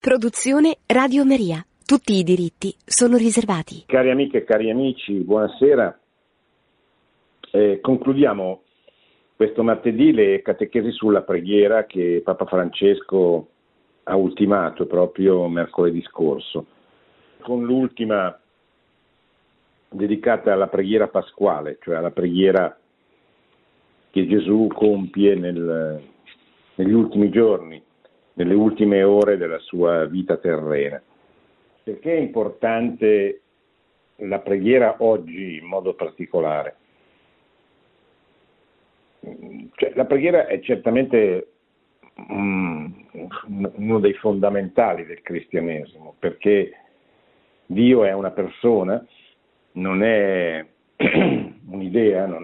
Produzione Radio Maria. Tutti i diritti sono riservati. Cari amiche e cari amici, buonasera. Concludiamo questo martedì le catechesi sulla preghiera che Papa Francesco ha ultimato proprio mercoledì scorso, con l'ultima dedicata alla preghiera pasquale, cioè alla preghiera che Gesù compie negli ultimi giorni, nelle ultime ore della sua vita terrena. Perché è importante la preghiera oggi in modo particolare? Cioè, la preghiera è certamente uno dei fondamentali del cristianesimo, perché Dio è una persona, non è un'idea, non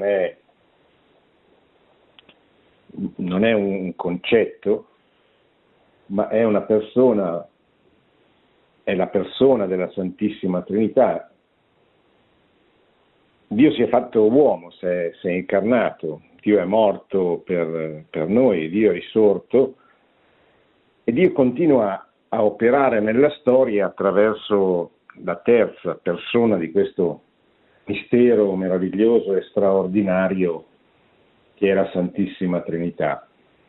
è un concetto, ma è una persona, è la persona della Santissima Trinità. Dio si è fatto uomo, si è incarnato, Dio è morto per noi, Dio è risorto e Dio continua a operare nella storia attraverso la terza persona di questo mistero meraviglioso e straordinario che è la Santissima Trinità.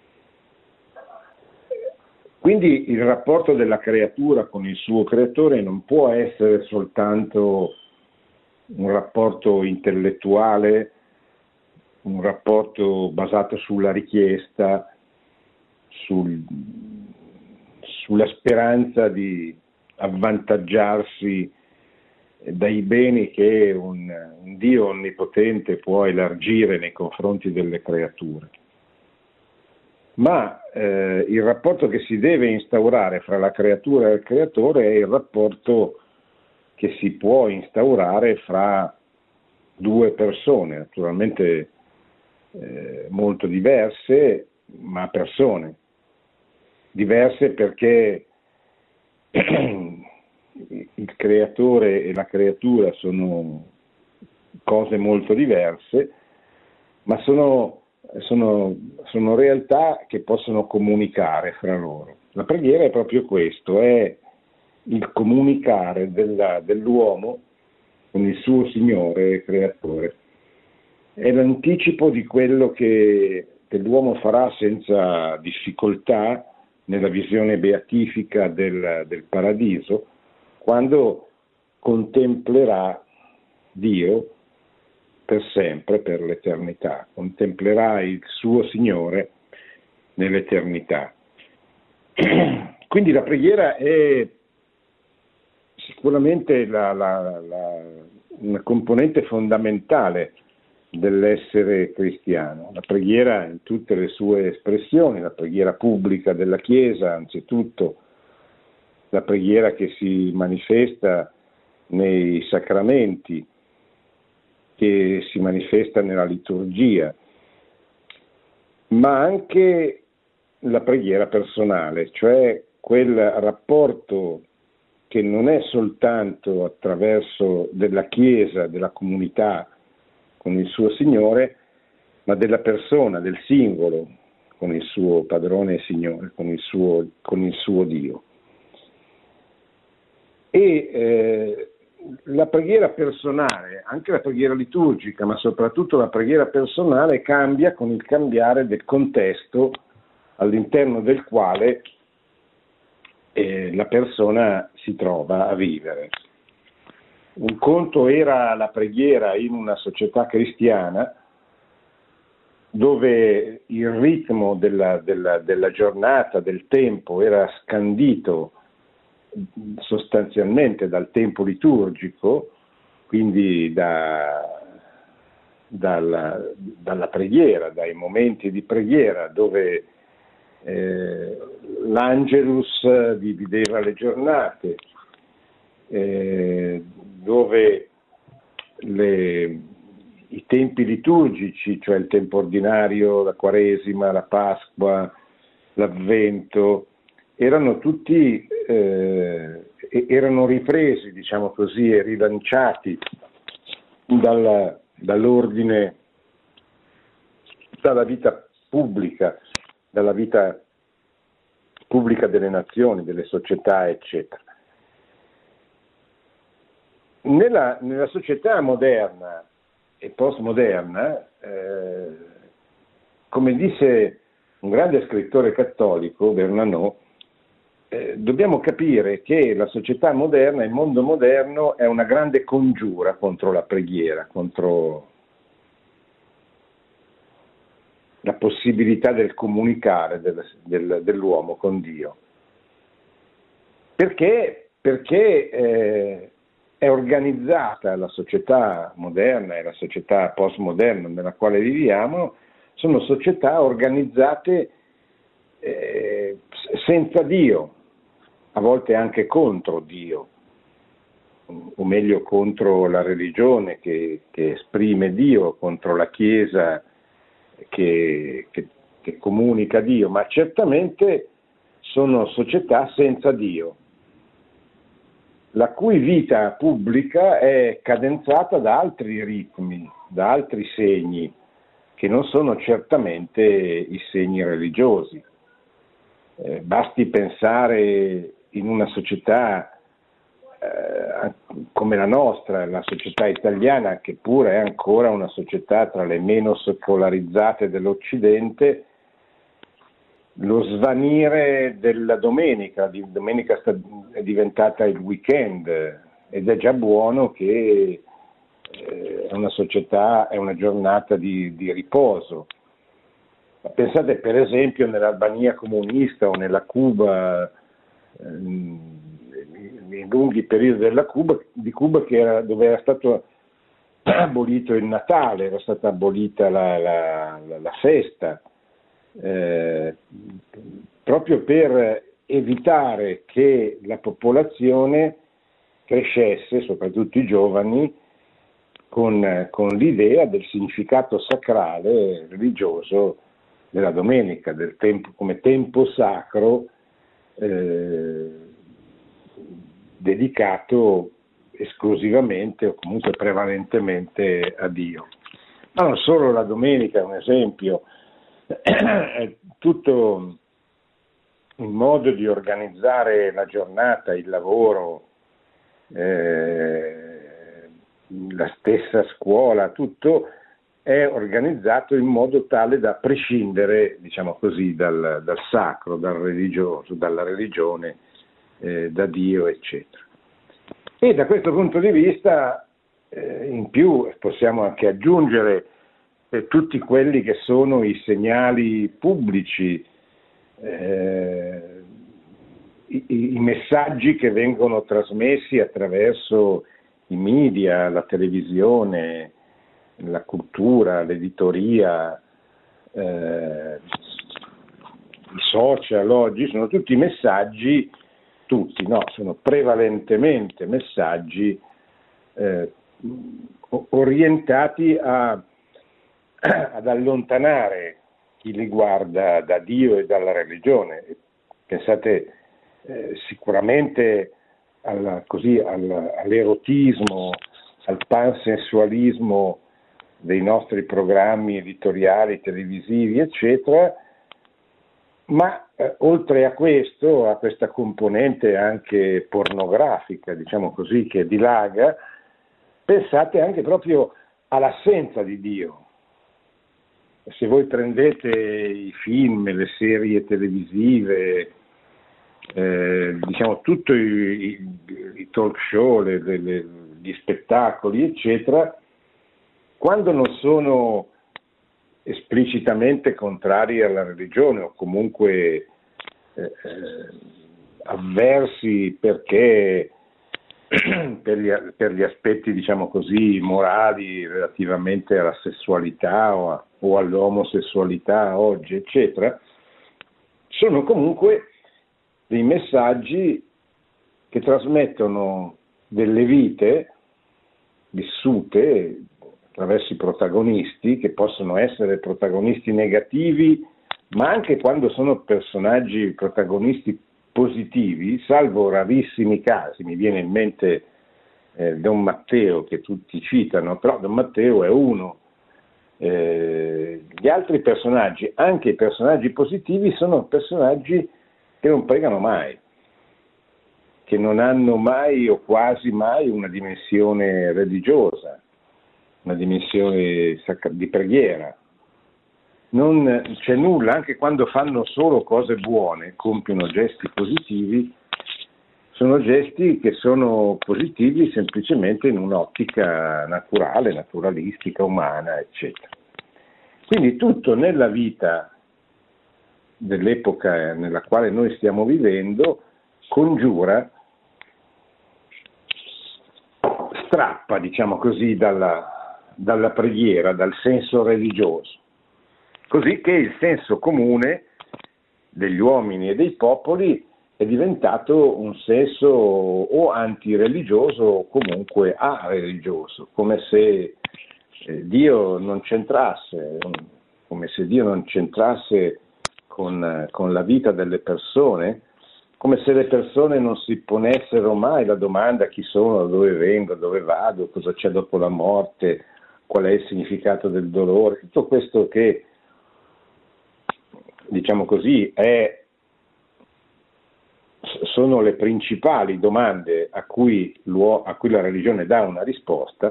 Quindi il rapporto della creatura con il suo creatore non può essere soltanto un rapporto intellettuale, un rapporto basato sulla richiesta, sulla speranza di avvantaggiarsi dai beni che un Dio onnipotente può elargire nei confronti delle creature. Ma il rapporto che si deve instaurare fra la creatura e il creatore è il rapporto che si può instaurare fra due persone, naturalmente molto diverse, ma persone. Diverse perché il creatore e la creatura sono cose molto diverse, ma sono realtà che possono comunicare fra loro. La preghiera è proprio questo, è il comunicare dell'uomo con il suo Signore e Creatore. È l'anticipo di quello che l'uomo farà senza difficoltà nella visione beatifica del paradiso, quando contemplerà Dio per sempre, per l'eternità, contemplerà il suo Signore nell'eternità. Quindi la preghiera è sicuramente una componente fondamentale dell'essere cristiano. La preghiera in tutte le sue espressioni, la preghiera pubblica della Chiesa, anzitutto, la preghiera che si manifesta nei sacramenti, che si manifesta nella liturgia, ma anche la preghiera personale, cioè quel rapporto che non è soltanto attraverso della Chiesa, della comunità con il suo Signore, ma della persona, del singolo con il suo padrone e Signore, con il suo Dio. E la preghiera personale, anche la preghiera liturgica, ma soprattutto la preghiera personale cambia con il cambiare del contesto all'interno del quale la persona si trova a vivere. Un conto era la preghiera in una società cristiana dove il ritmo della giornata, del tempo, era scandito sostanzialmente dal tempo liturgico, quindi dalla preghiera, dai momenti di preghiera dove l'Angelus divideva le giornate, dove i tempi liturgici, cioè il tempo ordinario, la Quaresima, la Pasqua, l'Avvento, erano tutti erano ripresi, diciamo così, e rilanciati dall'ordine, dalla vita pubblica, dalla vita pubblica delle nazioni, delle società, eccetera. Nella società moderna e postmoderna, come disse un grande scrittore cattolico, Bernanos, dobbiamo capire che la società moderna, il mondo moderno, è una grande congiura contro la preghiera, contro la possibilità del comunicare dell'uomo con Dio. Perché? Perché è organizzata la società moderna e la società postmoderna nella quale viviamo, sono società organizzate senza Dio, a volte anche contro Dio, o meglio contro la religione che esprime Dio, contro la Chiesa che comunica Dio, ma certamente sono società senza Dio, la cui vita pubblica è cadenzata da altri ritmi, da altri segni, che non sono certamente i segni religiosi. Basti pensare in una società come la nostra, la società italiana, che pure è ancora una società tra le meno secolarizzate dell'Occidente, lo svanire della domenica è diventata il weekend ed è già buono che è una società, è una giornata di riposo. Pensate per esempio nell'Albania comunista o nella Cuba, nei lunghi periodi di Cuba dove era stato abolito il Natale, era stata abolita la festa, proprio per evitare che la popolazione crescesse, soprattutto i giovani, con l'idea del significato sacrale religioso della domenica, del tempo come tempo sacro dedicato esclusivamente o comunque prevalentemente a Dio. Ma non solo la domenica è un esempio, è tutto il modo di organizzare la giornata, il lavoro, la stessa scuola, tutto è organizzato in modo tale da prescindere, diciamo così, dal sacro, dal religioso, dalla religione, da Dio, eccetera. E da questo punto di vista, in più, possiamo anche aggiungere tutti quelli che sono i segnali pubblici, i messaggi che vengono trasmessi attraverso i media, la televisione, la cultura, l'editoria, i social oggi, sono tutti messaggi, sono prevalentemente messaggi orientati ad allontanare chi li guarda da Dio e dalla religione. Pensate sicuramente all'erotismo, al pansensualismo dei nostri programmi editoriali, televisivi, eccetera, ma oltre a questo, a questa componente anche pornografica, diciamo così, che dilaga, pensate anche proprio all'assenza di Dio. Se voi prendete i film, le serie televisive, diciamo tutto i talk show, gli spettacoli, eccetera, quando non sono esplicitamente contrari alla religione o comunque avversi perché per gli aspetti, diciamo così, morali relativamente alla sessualità o all'omosessualità oggi, eccetera, sono comunque dei messaggi che trasmettono delle vite vissute attraverso i protagonisti, che possono essere protagonisti negativi, ma anche quando sono personaggi protagonisti positivi, salvo rarissimi casi. Mi viene in mente Don Matteo, che tutti citano, però Don Matteo è uno. Gli altri personaggi, anche i personaggi positivi, sono personaggi che non pregano mai, che non hanno mai o quasi mai una dimensione religiosa, una dimensione di preghiera. Non c'è nulla, anche quando fanno solo cose buone, compiono gesti positivi, sono gesti che sono positivi semplicemente in un'ottica naturale, naturalistica, umana, eccetera. Quindi tutto nella vita dell'epoca nella quale noi stiamo vivendo congiura, strappa, diciamo così, dalla preghiera, dal senso religioso. Così che il senso comune degli uomini e dei popoli è diventato un senso o antireligioso o comunque areligioso, come se Dio non c'entrasse, con la vita delle persone, come se le persone non si ponessero mai la domanda chi sono, da dove vengo, dove vado, cosa c'è dopo la morte, qual è il significato del dolore, tutto questo che, diciamo così, sono le principali domande a cui la religione dà una risposta,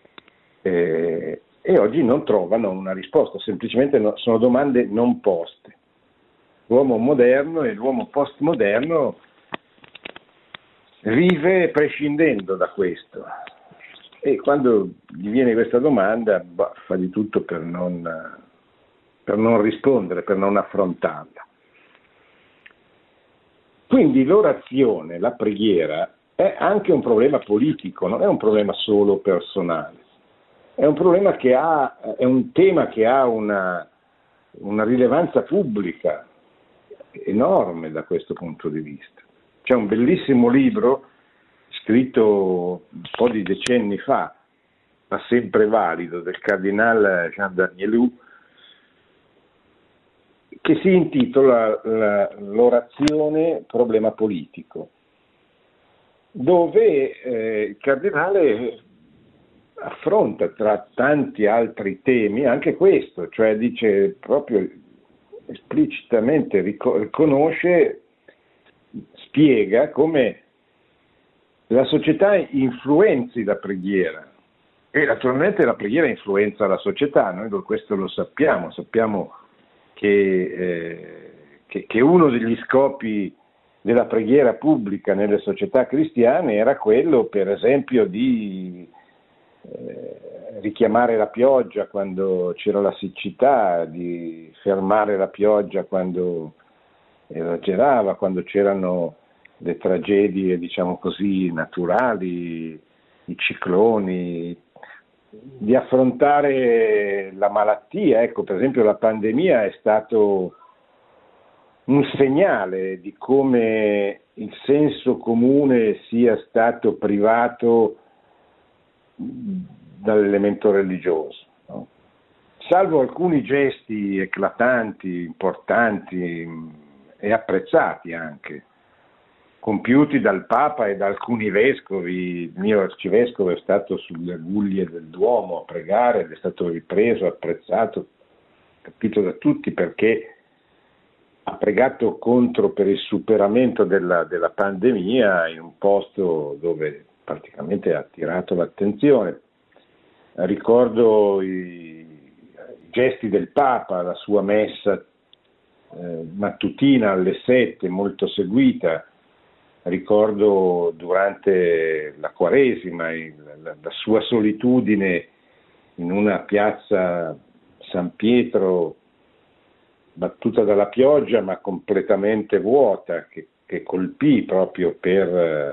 e oggi non trovano una risposta, semplicemente sono domande non poste. L'uomo moderno e l'uomo postmoderno vive prescindendo da questo, e quando gli viene questa domanda fa di tutto per non rispondere, per non affrontarla. Quindi l'orazione, la preghiera, è anche un problema politico, non è un problema solo personale, è un problema è un tema che ha una rilevanza pubblica enorme da questo punto di vista. C'è un bellissimo libro scritto un po' di decenni fa, ma sempre valido, del cardinale Jean Danielou, che si intitola L'orazione problema politico, dove il cardinale affronta tra tanti altri temi anche questo, cioè dice proprio esplicitamente, riconosce, spiega come la società influenzi la preghiera, e naturalmente la preghiera influenza la società, noi questo lo sappiamo che uno degli scopi della preghiera pubblica nelle società cristiane era quello, per esempio, di richiamare la pioggia quando c'era la siccità, di fermare la pioggia quando esagerava, quando c'erano le tragedie, diciamo così, naturali, i cicloni, di affrontare la malattia. Ecco, per esempio la pandemia è stato un segnale di come il senso comune sia stato privato dall'elemento religioso, no? Salvo alcuni gesti eclatanti, importanti e apprezzati anche, compiuti dal Papa e da alcuni vescovi. Il mio arcivescovo è stato sulle guglie del Duomo a pregare ed è stato ripreso, apprezzato, capito da tutti, perché ha pregato per il superamento della pandemia in un posto dove praticamente ha attirato l'attenzione. Ricordo i gesti del Papa, la sua messa mattutina alle 7, molto seguita. Ricordo durante la Quaresima la sua solitudine in una piazza San Pietro battuta dalla pioggia ma completamente vuota, che colpì proprio per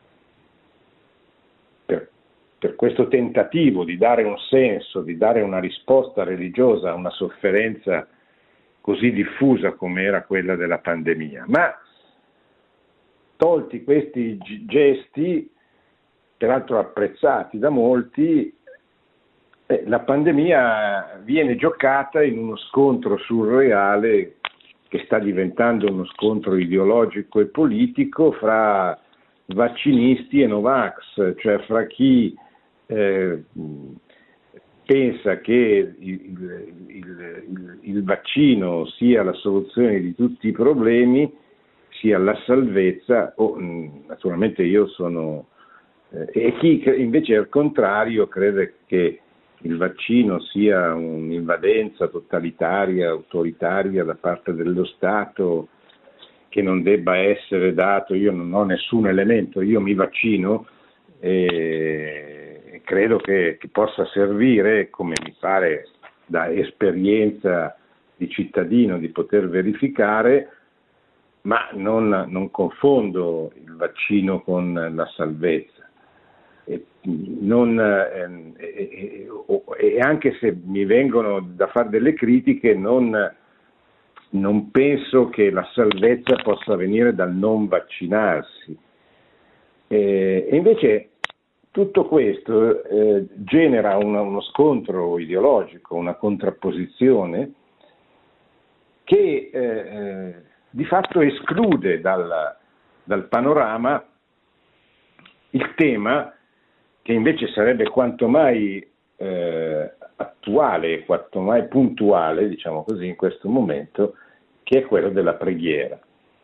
questo tentativo di dare un senso, di dare una risposta religiosa a una sofferenza così diffusa come era quella della pandemia. Ma tolti questi gesti, peraltro apprezzati da molti, la pandemia viene giocata in uno scontro surreale che sta diventando uno scontro ideologico e politico fra vaccinisti e Novax, cioè fra chi pensa che il vaccino sia la soluzione di tutti i problemi, sia la salvezza, o naturalmente io sono, e chi invece al contrario crede che il vaccino sia un'invadenza totalitaria, autoritaria da parte dello Stato, che non debba essere dato. Io non ho nessun elemento, io mi vaccino e credo che possa servire, come mi pare da esperienza di cittadino di poter verificare, ma non confondo il vaccino con la salvezza. E anche se mi vengono da fare delle critiche, non penso che la salvezza possa venire dal non vaccinarsi. E invece tutto questo genera uno scontro ideologico, una contrapposizione che di fatto esclude dal panorama il tema che invece sarebbe quanto mai attuale, quanto mai puntuale, diciamo così, in questo momento, che è quello della preghiera.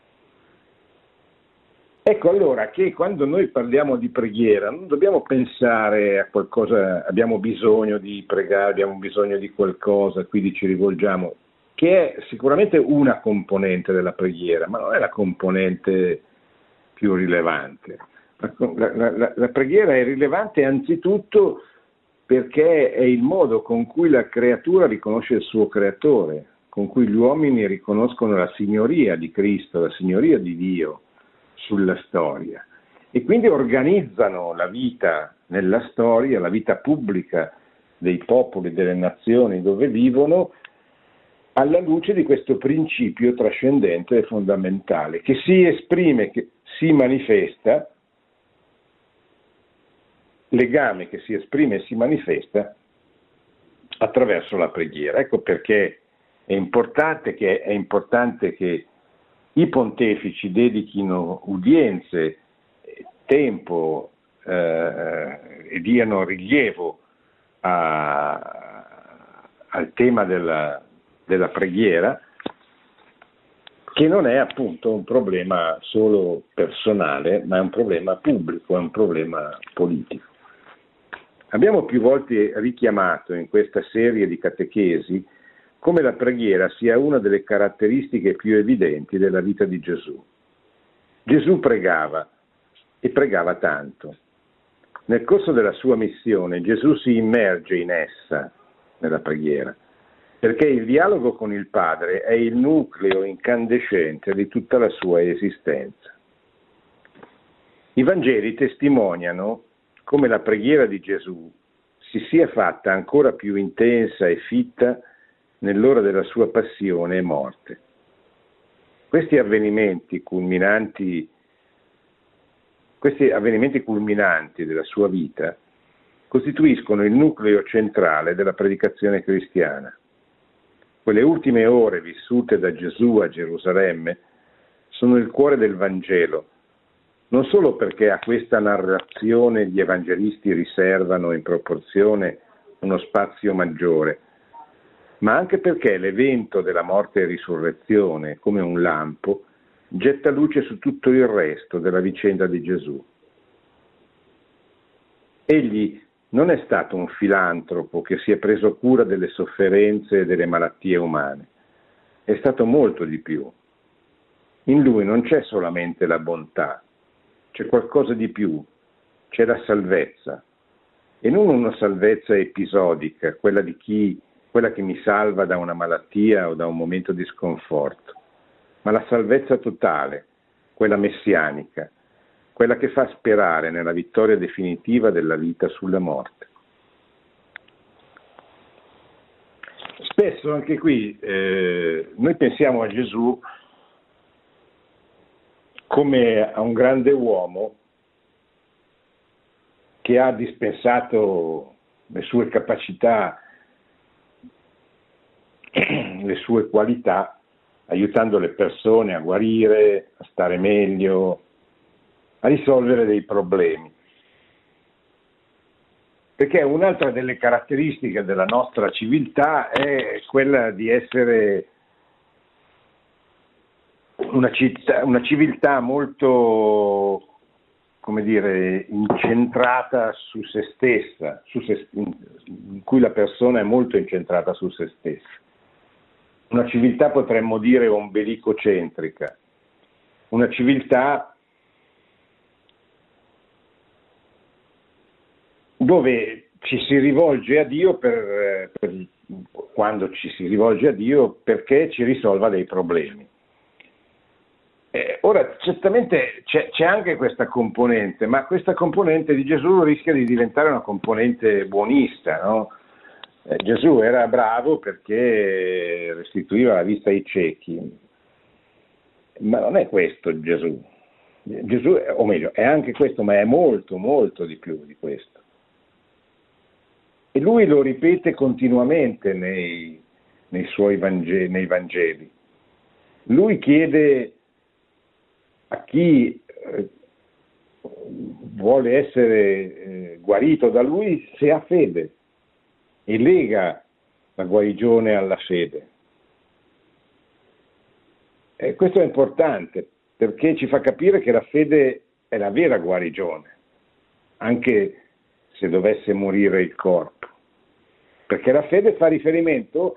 Ecco allora che quando noi parliamo di preghiera non dobbiamo pensare a qualcosa, abbiamo bisogno di pregare, abbiamo bisogno di qualcosa, quindi ci rivolgiamo, che è sicuramente una componente della preghiera, ma non è la componente più rilevante. La preghiera è rilevante anzitutto perché è il modo con cui la creatura riconosce il suo creatore, con cui gli uomini riconoscono la signoria di Cristo, la signoria di Dio sulla storia e quindi organizzano la vita nella storia, la vita pubblica dei popoli, delle nazioni dove vivono, alla luce di questo principio trascendente e fondamentale che si esprime, che si manifesta, legame che si esprime e si manifesta attraverso la preghiera. Ecco perché è importante che i pontefici dedichino udienze, tempo e diano rilievo al tema della preghiera, che non è appunto un problema solo personale, ma è un problema pubblico, è un problema politico. Abbiamo più volte richiamato in questa serie di catechesi come la preghiera sia una delle caratteristiche più evidenti della vita di Gesù. Gesù pregava e pregava tanto. Nel corso della sua missione Gesù si immerge in essa, nella preghiera, perché il dialogo con il Padre è il nucleo incandescente di tutta la sua esistenza. I Vangeli testimoniano come la preghiera di Gesù si sia fatta ancora più intensa e fitta nell'ora della sua passione e morte. Questi avvenimenti culminanti della sua vita costituiscono il nucleo centrale della predicazione cristiana. Quelle ultime ore vissute da Gesù a Gerusalemme sono il cuore del Vangelo, non solo perché a questa narrazione gli evangelisti riservano in proporzione uno spazio maggiore, ma anche perché l'evento della morte e risurrezione, come un lampo, getta luce su tutto il resto della vicenda di Gesù. Egli non è stato un filantropo che si è preso cura delle sofferenze e delle malattie umane, è stato molto di più. In lui non c'è solamente la bontà, c'è qualcosa di più, c'è la salvezza, e non una salvezza episodica, quella che mi salva da una malattia o da un momento di sconforto, ma la salvezza totale, quella messianica, quella che fa sperare nella vittoria definitiva della vita sulla morte. Spesso anche qui noi pensiamo a Gesù come a un grande uomo che ha dispensato le sue capacità, le sue qualità, aiutando le persone a guarire, a stare meglio, a risolvere dei problemi. Perché un'altra delle caratteristiche della nostra civiltà è quella di essere una civiltà molto, come dire, incentrata su se stessa, in cui la persona è molto incentrata su se stessa. Una civiltà, potremmo dire, ombelicocentrica, una civiltà dove ci si rivolge a Dio quando ci si rivolge a Dio perché ci risolva dei problemi. Ora, certamente c'è anche questa componente, ma questa componente di Gesù rischia di diventare una componente buonista, no? Gesù era bravo perché restituiva la vista ai ciechi, ma non è questo Gesù. Gesù, o meglio, è anche questo, ma è molto, molto di più di questo. E lui lo ripete continuamente nei suoi nei Vangeli. Lui chiede a chi vuole essere guarito da lui se ha fede e lega la guarigione alla fede. E questo è importante perché ci fa capire che la fede è la vera guarigione, anche se dovesse morire il corpo, perché la fede fa riferimento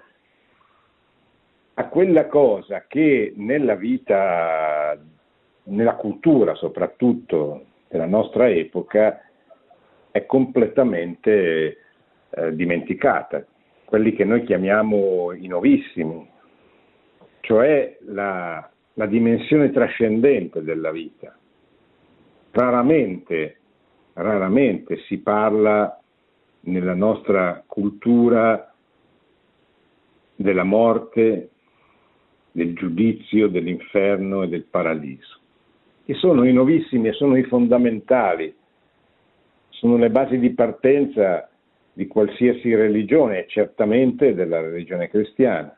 a quella cosa che nella vita, nella cultura soprattutto della nostra epoca, è completamente dimenticata, quelli che noi chiamiamo i novissimi, cioè la dimensione trascendente della vita. Raramente si parla nella nostra cultura della morte, del giudizio, dell'inferno e del paradiso, che sono i novissimi e sono i fondamentali, sono le basi di partenza di qualsiasi religione e certamente della religione cristiana.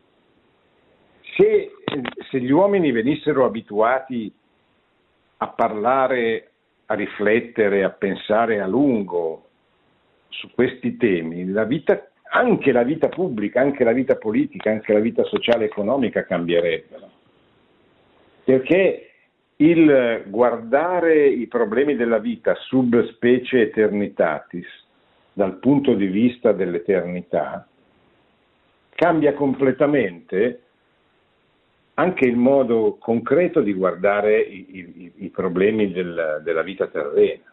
Se gli uomini venissero abituati a parlare, a riflettere, a pensare a lungo su questi temi, anche la vita pubblica, anche la vita politica, anche la vita sociale e economica cambierebbero. Perché il guardare i problemi della vita sub specie eternitatis, dal punto di vista dell'eternità, cambia completamente anche il modo concreto di guardare i problemi della vita terrena,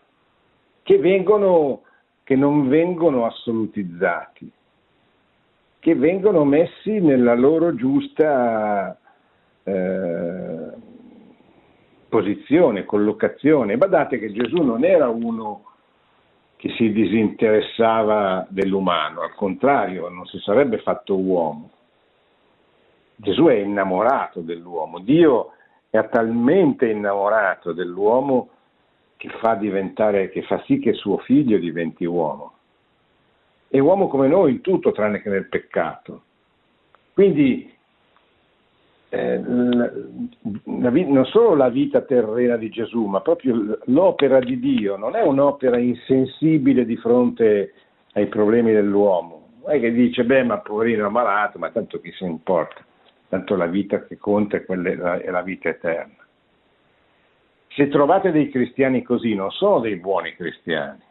che non vengono assolutizzati, che vengono messi nella loro giusta posizione, collocazione. Badate che Gesù non era uno che si disinteressava dell'umano, al contrario, non si sarebbe fatto uomo. Gesù è innamorato dell'uomo, Dio è talmente innamorato dell'uomo che fa sì che suo figlio diventi uomo. È uomo come noi in tutto tranne che nel peccato. Quindi non solo la vita terrena di Gesù, ma proprio l'opera di Dio non è un'opera insensibile di fronte ai problemi dell'uomo. Non è che dice, ma poverino è malato, ma tanto chi se ne importa, tanto la vita che conta è la vita eterna. Se trovate dei cristiani così, non sono dei buoni cristiani.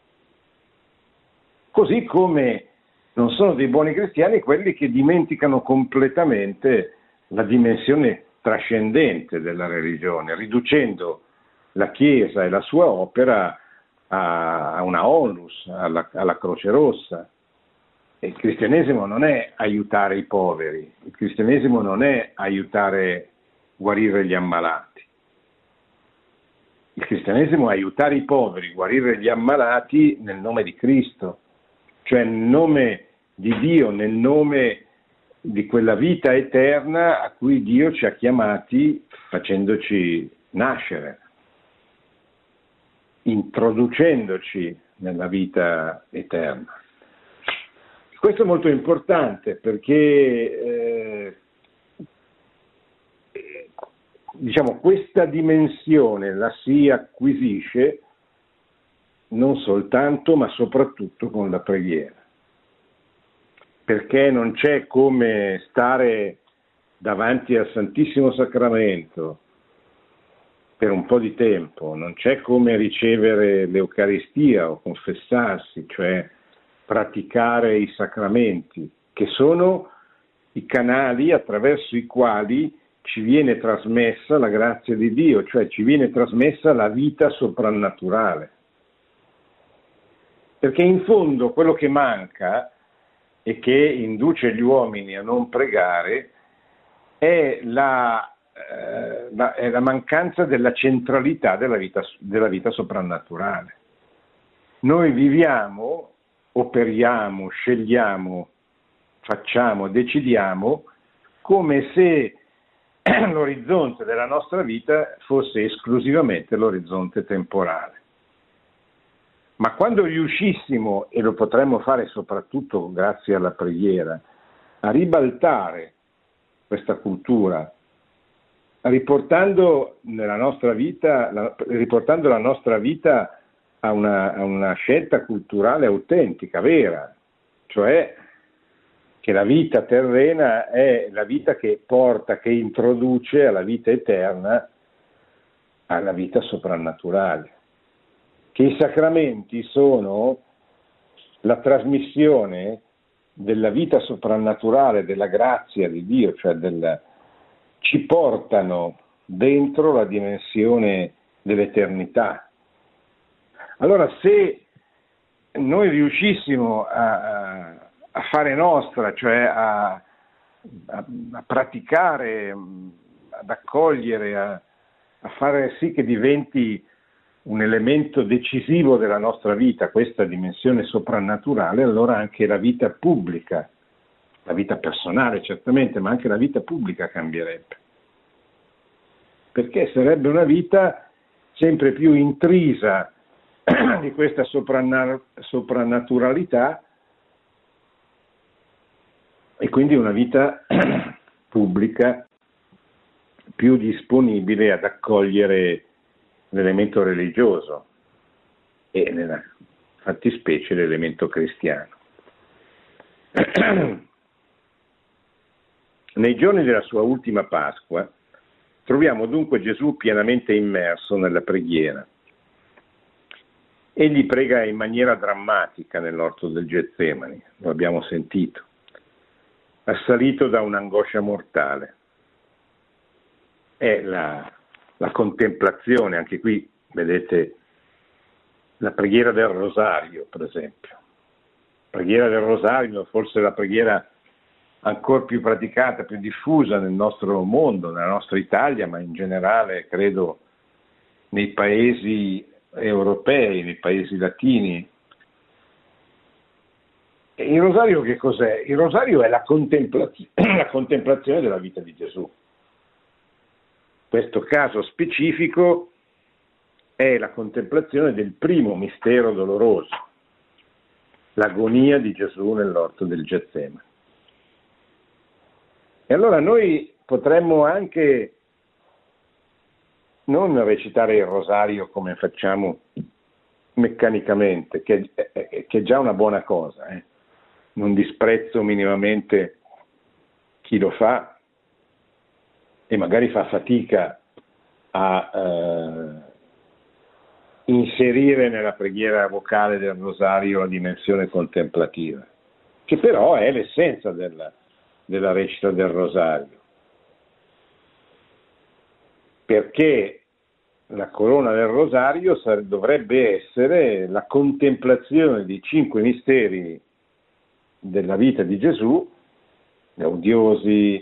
Così come non sono dei buoni cristiani quelli che dimenticano completamente la dimensione trascendente della religione, riducendo la Chiesa e la sua opera a una onus, alla Croce Rossa. E il cristianesimo non è aiutare i poveri, il cristianesimo non è guarire gli ammalati. Il cristianesimo è aiutare i poveri, guarire gli ammalati nel nome di Cristo, cioè nel nome di Dio, nel nome di quella vita eterna a cui Dio ci ha chiamati facendoci nascere, introducendoci nella vita eterna. Questo è molto importante perché questa dimensione la si acquisisce non soltanto ma soprattutto con la preghiera, perché non c'è come stare davanti al Santissimo Sacramento per un po' di tempo, non c'è come ricevere l'Eucaristia o confessarsi, cioè praticare i sacramenti, che sono i canali attraverso i quali ci viene trasmessa la grazia di Dio, cioè ci viene trasmessa la vita soprannaturale. Perché in fondo quello che manca e che induce gli uomini a non pregare è la mancanza della centralità della vita soprannaturale. Noi viviamo, operiamo, scegliamo, facciamo, decidiamo come se l'orizzonte della nostra vita fosse esclusivamente l'orizzonte temporale. Ma quando riuscissimo, e lo potremmo fare soprattutto grazie alla preghiera, a ribaltare questa cultura, riportando la nostra vita a una scelta culturale autentica, vera, cioè che la vita terrena è la vita che porta, che introduce alla vita eterna, alla vita soprannaturale, che i sacramenti sono la trasmissione della vita soprannaturale, della grazia di Dio, cioè ci portano dentro la dimensione dell'eternità. Allora, se noi riuscissimo a fare nostra, cioè a praticare, ad accogliere, a fare sì che diventi un elemento decisivo della nostra vita, questa dimensione soprannaturale, allora anche la vita pubblica, la vita personale certamente, ma anche la vita pubblica cambierebbe. Perché sarebbe una vita sempre più intrisa di questa soprannaturalità e quindi una vita pubblica più disponibile ad accogliere l'elemento religioso e nella fattispecie l'elemento cristiano. Nei giorni della sua ultima Pasqua troviamo dunque Gesù pienamente immerso nella preghiera. Egli prega in maniera drammatica nell'orto del Getsemani, lo abbiamo sentito, assalito da un'angoscia mortale. È la contemplazione, anche qui vedete la preghiera del Rosario, per esempio. La preghiera del Rosario, forse la preghiera ancora più praticata, più diffusa nel nostro mondo, nella nostra Italia, ma in generale credo nei paesi europei, nei paesi latini. E il Rosario che cos'è? Il Rosario è la contemplazione della vita di Gesù. Questo caso specifico è la contemplazione del primo mistero doloroso, l'agonia di Gesù nell'orto del Getsemani. E allora noi potremmo anche non recitare il Rosario come facciamo meccanicamente, che è già una buona cosa, non disprezzo minimamente chi lo fa e magari fa fatica a inserire nella preghiera vocale del Rosario la dimensione contemplativa, che però è l'essenza della recita del Rosario, perché la corona del Rosario dovrebbe essere la contemplazione dei 5 misteri della vita di Gesù, gaudiosi,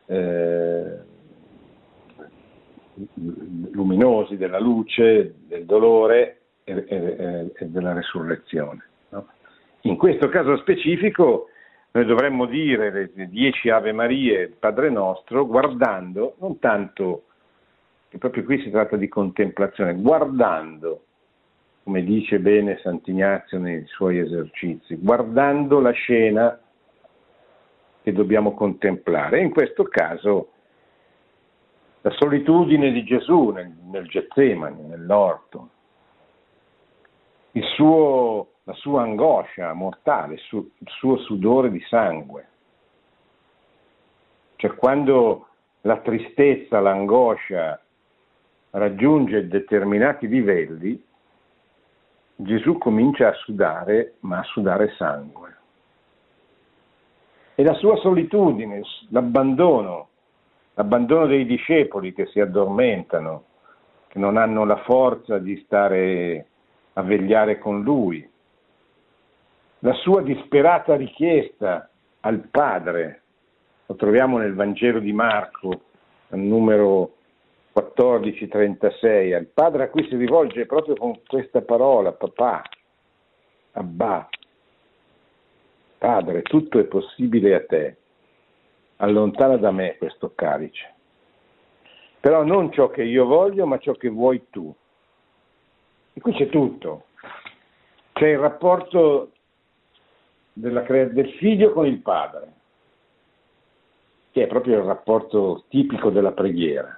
luminosi, della luce, del dolore e della resurrezione. No? In questo caso specifico noi dovremmo dire le 10 Ave Marie, il Padre Nostro, guardando, non tanto, che proprio qui si tratta di contemplazione, guardando, come dice bene Sant'Ignazio nei suoi esercizi, guardando la scena che dobbiamo contemplare. E in questo caso la solitudine di Gesù nel Getsemani, nell'orto, la sua angoscia mortale, il suo sudore di sangue. Cioè quando la tristezza, l'angoscia raggiunge determinati livelli, Gesù comincia a sudare, ma a sudare sangue. E la sua solitudine, l'abbandono dei discepoli che si addormentano, che non hanno la forza di stare a vegliare con lui, la sua disperata richiesta al Padre, lo troviamo nel Vangelo di Marco, al numero 14:36, al Padre a cui si rivolge proprio con questa parola, papà, Abba, Padre, tutto è possibile a te, allontana da me questo calice, però non ciò che io voglio, ma ciò che vuoi tu. E qui c'è tutto, c'è il rapporto del figlio con il padre, che è proprio il rapporto tipico della preghiera.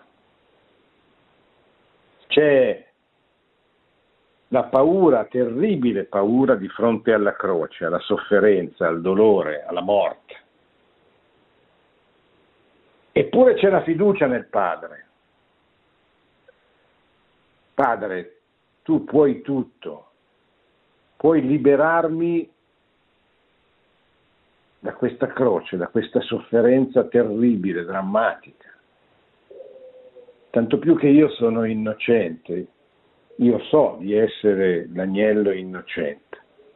C'è la paura, terribile paura di fronte alla croce, alla sofferenza, al dolore, alla morte. Eppure c'è la fiducia nel Padre. Padre, tu puoi tutto, puoi liberarmi da questa croce, da questa sofferenza terribile, drammatica. Tanto più che io sono innocente, io so di essere l'agnello innocente.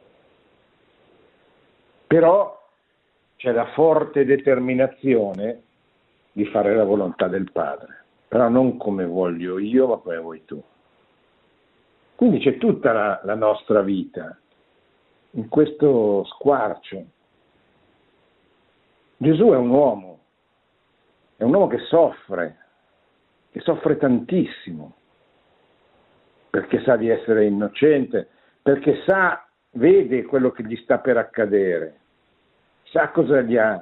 Però c'è la forte determinazione di fare la volontà del Padre, però non come voglio io, ma come vuoi tu. Quindi c'è tutta la nostra vita in questo squarcio. Gesù è un uomo che soffre tantissimo, perché sa di essere innocente, perché vede quello che gli sta per accadere, sa cosa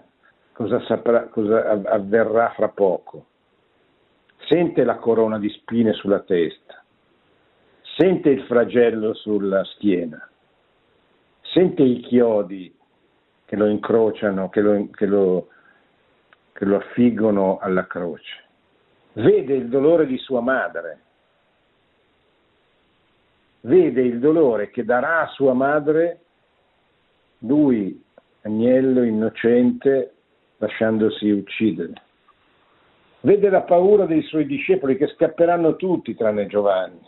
avverrà fra poco, sente la corona di spine sulla testa, sente il flagello sulla schiena, sente i chiodi che lo incrociano, che lo affiggono alla croce, vede il dolore di sua madre, vede il dolore che darà a sua madre lui, agnello innocente, lasciandosi uccidere. Vede la paura dei suoi discepoli che scapperanno tutti tranne Giovanni.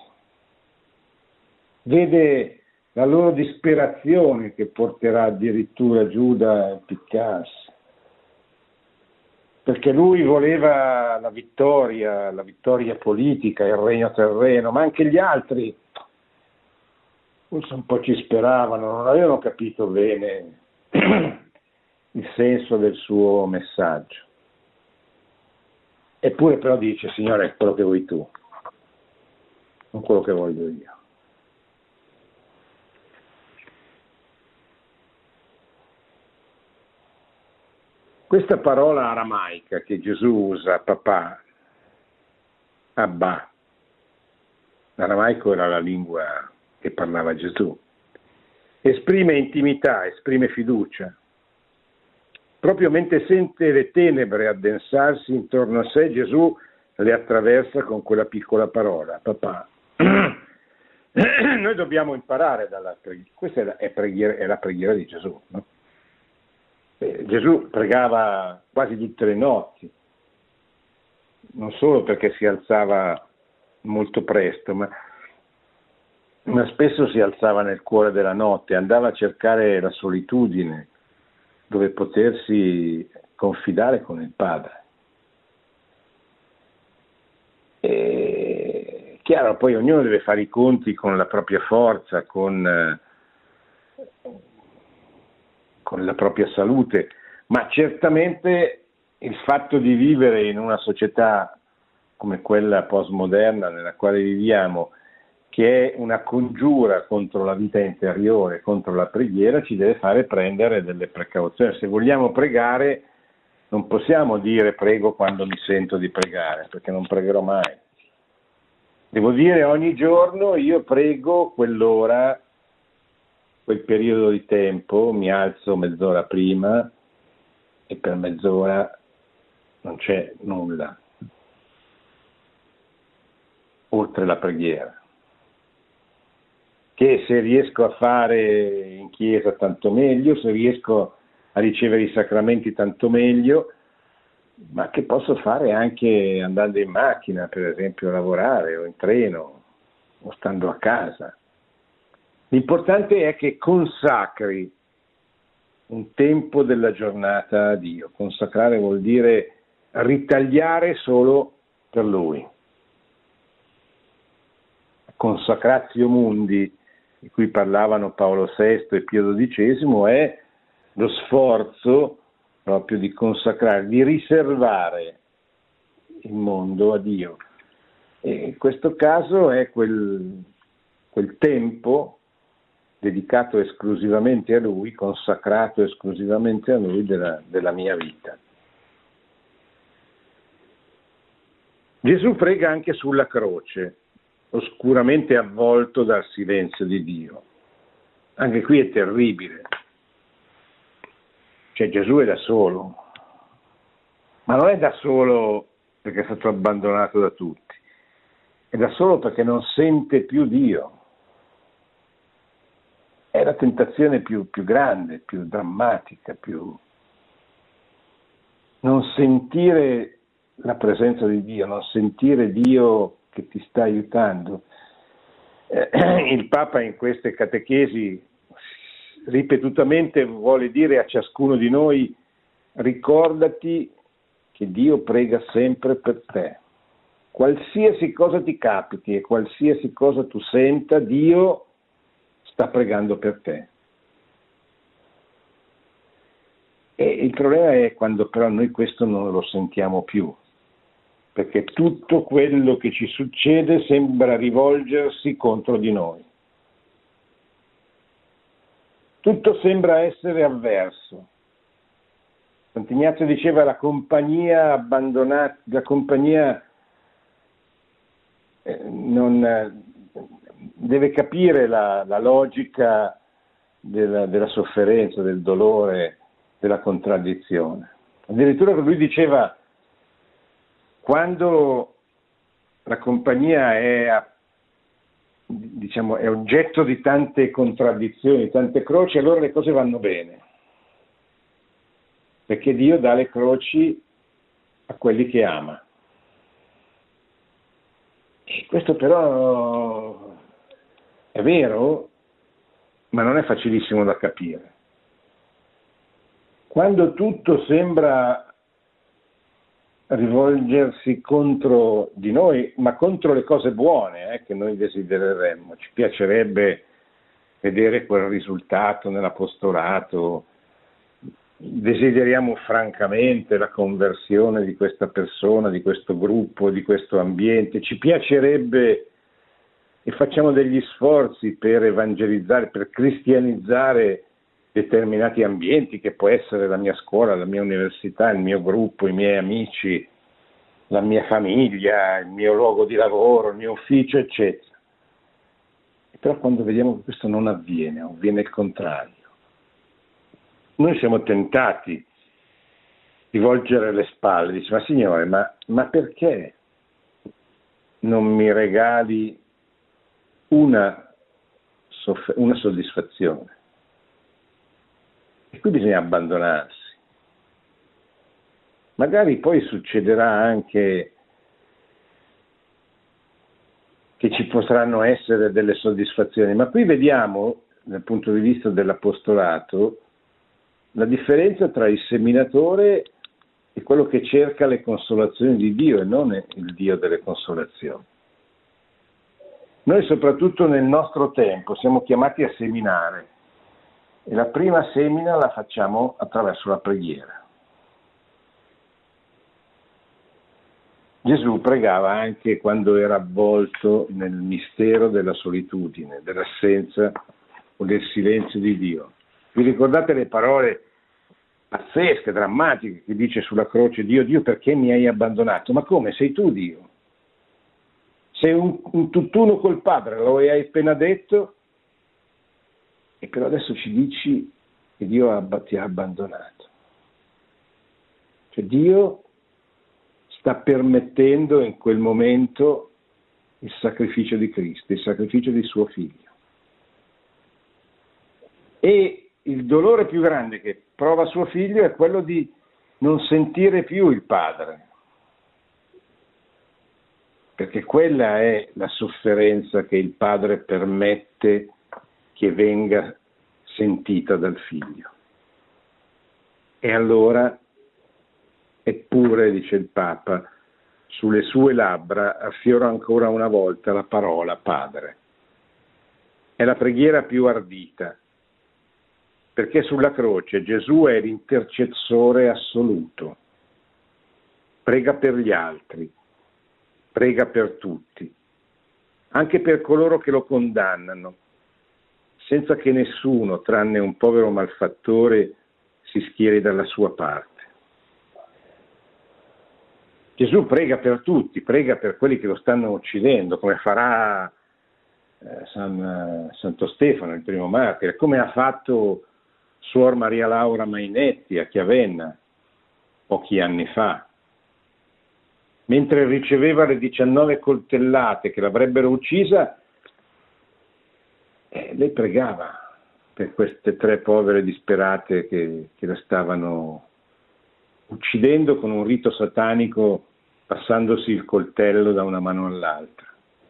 Vede la loro disperazione che porterà addirittura Giuda a impiccarsi. Perché lui voleva la vittoria politica, il regno terreno, ma anche gli altri forse un po' ci speravano, non avevano capito bene il senso del suo messaggio. Eppure però dice, Signore, è quello che vuoi tu, non quello che voglio io. Questa parola aramaica che Gesù usa, papà, Abba, l'aramaico era la lingua che parlava Gesù, esprime intimità, esprime fiducia. Proprio mentre sente le tenebre addensarsi intorno a sé, Gesù le attraversa con quella piccola parola, papà. Noi dobbiamo imparare dalla preghiera, questa è la preghiera di Gesù, no? Gesù pregava quasi tutte le notti, non solo perché si alzava molto presto, ma spesso si alzava nel cuore della notte, andava a cercare la solitudine dove potersi confidare con il Padre. E chiaro, poi ognuno deve fare i conti con la propria forza, con la propria salute, ma certamente il fatto di vivere in una società come quella postmoderna nella quale viviamo, che è una congiura contro la vita interiore, contro la preghiera, ci deve fare prendere delle precauzioni. Se vogliamo pregare, non possiamo dire prego quando mi sento di pregare, perché non pregherò mai. Devo dire ogni giorno io prego quell'ora, quel periodo di tempo, mi alzo mezz'ora prima e per mezz'ora non c'è nulla oltre la preghiera, che se riesco a fare in chiesa tanto meglio, se riesco a ricevere i sacramenti tanto meglio, ma che posso fare anche andando in macchina, per esempio a lavorare, o in treno, o stando a casa. L'importante è che consacri un tempo della giornata a Dio. Consacrare vuol dire ritagliare solo per Lui. Consacratio mundi, di cui parlavano Paolo VI e Pio XII, è lo sforzo proprio di consacrare, di riservare il mondo a Dio. E in questo caso è quel tempo dedicato esclusivamente a Lui, consacrato esclusivamente a Lui della mia vita. Gesù prega anche sulla croce, oscuramente avvolto dal silenzio di Dio. Anche qui è terribile. Cioè Gesù è da solo, ma non è da solo perché è stato abbandonato da tutti, è da solo perché non sente più Dio. È la tentazione più grande, più drammatica, non sentire la presenza di Dio, non sentire Dio che ti sta aiutando. Il Papa in queste catechesi ripetutamente vuole dire a ciascuno di noi: ricordati che Dio prega sempre per te. Qualsiasi cosa ti capiti e qualsiasi cosa tu senta, Dio sta pregando per te. E il problema è quando però noi questo non lo sentiamo più, perché tutto quello che ci succede sembra rivolgersi contro di noi. Tutto sembra essere avverso. Sant'Ignazio diceva la compagnia abbandonata, la compagnia non deve capire la logica della sofferenza, del dolore, della contraddizione. Addirittura lui diceva: quando la compagnia è oggetto di tante contraddizioni, tante croci, allora le cose vanno bene, perché Dio dà le croci a quelli che ama. E questo però è vero, ma non è facilissimo da capire. Quando tutto sembra rivolgersi contro di noi, ma contro le cose buone che noi desidereremmo, ci piacerebbe vedere quel risultato nell'apostolato, desideriamo francamente la conversione di questa persona, di questo gruppo, di questo ambiente, ci piacerebbe e facciamo degli sforzi per evangelizzare, per cristianizzare determinati ambienti, che può essere la mia scuola, la mia università, il mio gruppo, i miei amici, la mia famiglia, il mio luogo di lavoro, il mio ufficio, eccetera. E però quando vediamo che questo non avviene, avviene il contrario, noi siamo tentati di volgere le spalle, dice: ma Signore, ma perché non mi regali una soddisfazione? E qui bisogna abbandonarsi. Magari poi succederà anche che ci potranno essere delle soddisfazioni, ma qui vediamo, dal punto di vista dell'apostolato, la differenza tra il seminatore e quello che cerca le consolazioni di Dio e non il Dio delle consolazioni. Noi soprattutto nel nostro tempo siamo chiamati a seminare e la prima semina la facciamo attraverso la preghiera. Gesù pregava anche quando era avvolto nel mistero della solitudine, dell'assenza o del silenzio di Dio. Vi ricordate le parole pazzesche, drammatiche, che dice sulla croce: Dio, Dio, perché mi hai abbandonato? Ma come? Sei tu Dio? Sei un tutt'uno col Padre, lo hai appena detto, e però adesso ci dici che Dio ti ha abbandonato. Cioè Dio sta permettendo in quel momento il sacrificio di Cristo, il sacrificio di suo figlio. E il dolore più grande che prova suo figlio è quello di non sentire più il padre, perché quella è la sofferenza che il padre permette che venga sentita dal figlio. E allora, eppure, dice il Papa, sulle sue labbra affiora ancora una volta la parola Padre. È la preghiera più ardita, perché sulla croce Gesù è l'intercessore assoluto. Prega per gli altri, prega per tutti, anche per coloro che lo condannano, senza che nessuno, tranne un povero malfattore, si schieri dalla sua parte. Gesù prega per tutti, prega per quelli che lo stanno uccidendo, come farà Santo Stefano, il primo martire, come ha fatto Suor Maria Laura Mainetti a Chiavenna pochi anni fa. Mentre riceveva le 19 coltellate che l'avrebbero uccisa, lei pregava per queste 3 povere disperate che la stavano uccidendo con un rito satanico, passandosi il coltello da una mano all'altra.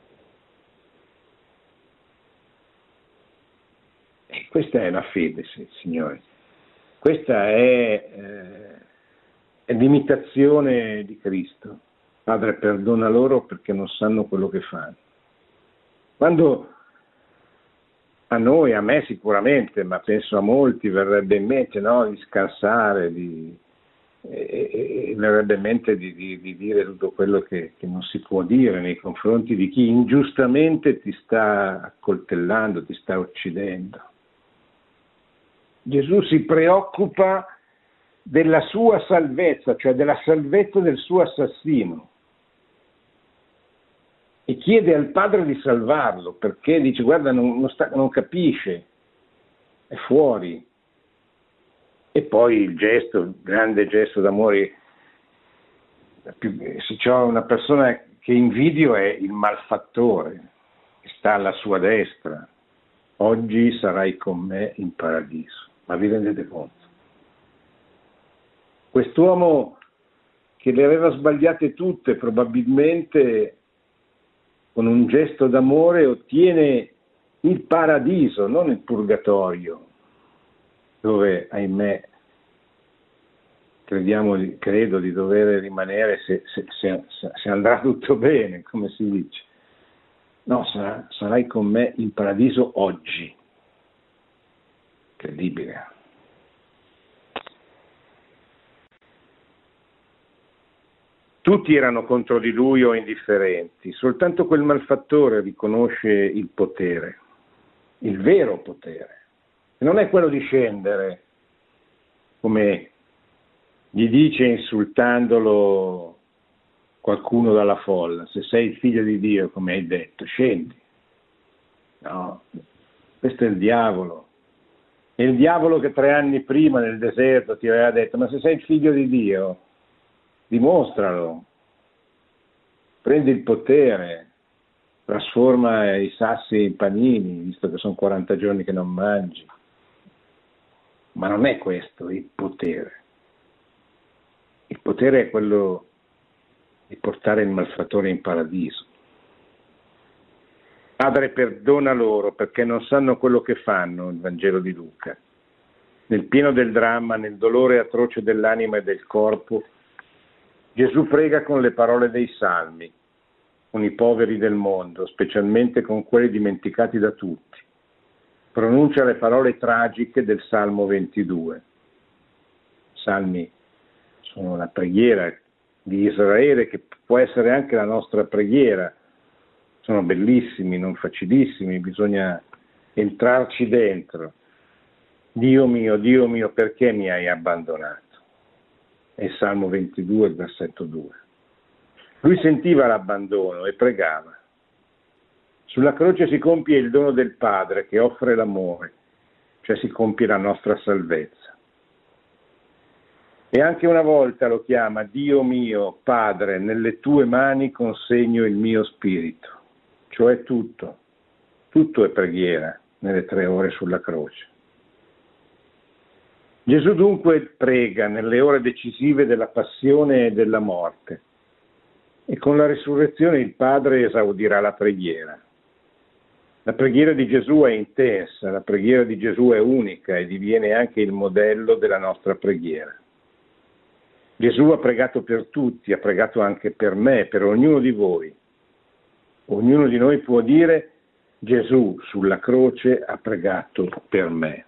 E questa è la fede, signori. Questa è l'imitazione di Cristo. Padre, perdona loro perché non sanno quello che fanno. Quando a noi, a me sicuramente, ma penso a molti, verrebbe in mente, no, di scansare, verrebbe in mente di dire tutto quello che non si può dire nei confronti di chi ingiustamente ti sta accoltellando, ti sta uccidendo. Gesù si preoccupa della sua salvezza, cioè della salvezza del suo assassino, e chiede al Padre di salvarlo, perché dice: guarda, non capisce, è fuori. E poi il grande gesto d'amore, se c'è una persona che invidio è il malfattore, che sta alla sua destra. Oggi sarai con me in paradiso. Ma vi rendete conto? Quest'uomo che le aveva sbagliate tutte, probabilmente con un gesto d'amore ottiene il paradiso, non il purgatorio, dove, ahimè, credo di dover rimanere se andrà tutto bene, come si dice. No, sarai con me in paradiso oggi. Incredibile. Tutti erano contro di lui o indifferenti, soltanto quel malfattore riconosce il potere, il vero potere. E non è quello di scendere, come gli dice insultandolo qualcuno dalla folla: se sei il figlio di Dio, come hai detto, scendi. No, questo è il diavolo. È il diavolo che 3 anni prima nel deserto ti aveva detto: ma se sei il figlio di Dio, dimostralo, prendi il potere, trasforma i sassi in panini, visto che sono 40 giorni che non mangi. Ma non è questo il potere. Il potere è quello di portare il malfattore in paradiso. Padre, perdona loro perché non sanno quello che fanno, il Vangelo di Luca. Nel pieno del dramma, nel dolore atroce dell'anima e del corpo, Gesù prega con le parole dei Salmi, con i poveri del mondo, specialmente con quelli dimenticati da tutti. Pronuncia le parole tragiche del Salmo 22. Salmi sono la preghiera di Israele, che può essere anche la nostra preghiera. Sono bellissimi, non facilissimi, bisogna entrarci dentro. Dio mio, perché mi hai abbandonato? È il Salmo 22, il versetto 2. Lui sentiva l'abbandono e pregava. Sulla croce si compie il dono del Padre che offre l'amore, cioè si compie la nostra salvezza. E anche una volta lo chiama: Dio mio, Padre, nelle tue mani consegno il mio spirito. Cioè tutto è preghiera nelle 3 ore sulla croce. Gesù dunque prega nelle ore decisive della passione e della morte, e con la risurrezione il Padre esaudirà la preghiera. La preghiera di Gesù è intensa, la preghiera di Gesù è unica e diviene anche il modello della nostra preghiera. Gesù ha pregato per tutti, ha pregato anche per me, per ognuno di voi. Ognuno di noi può dire: Gesù sulla croce ha pregato per me.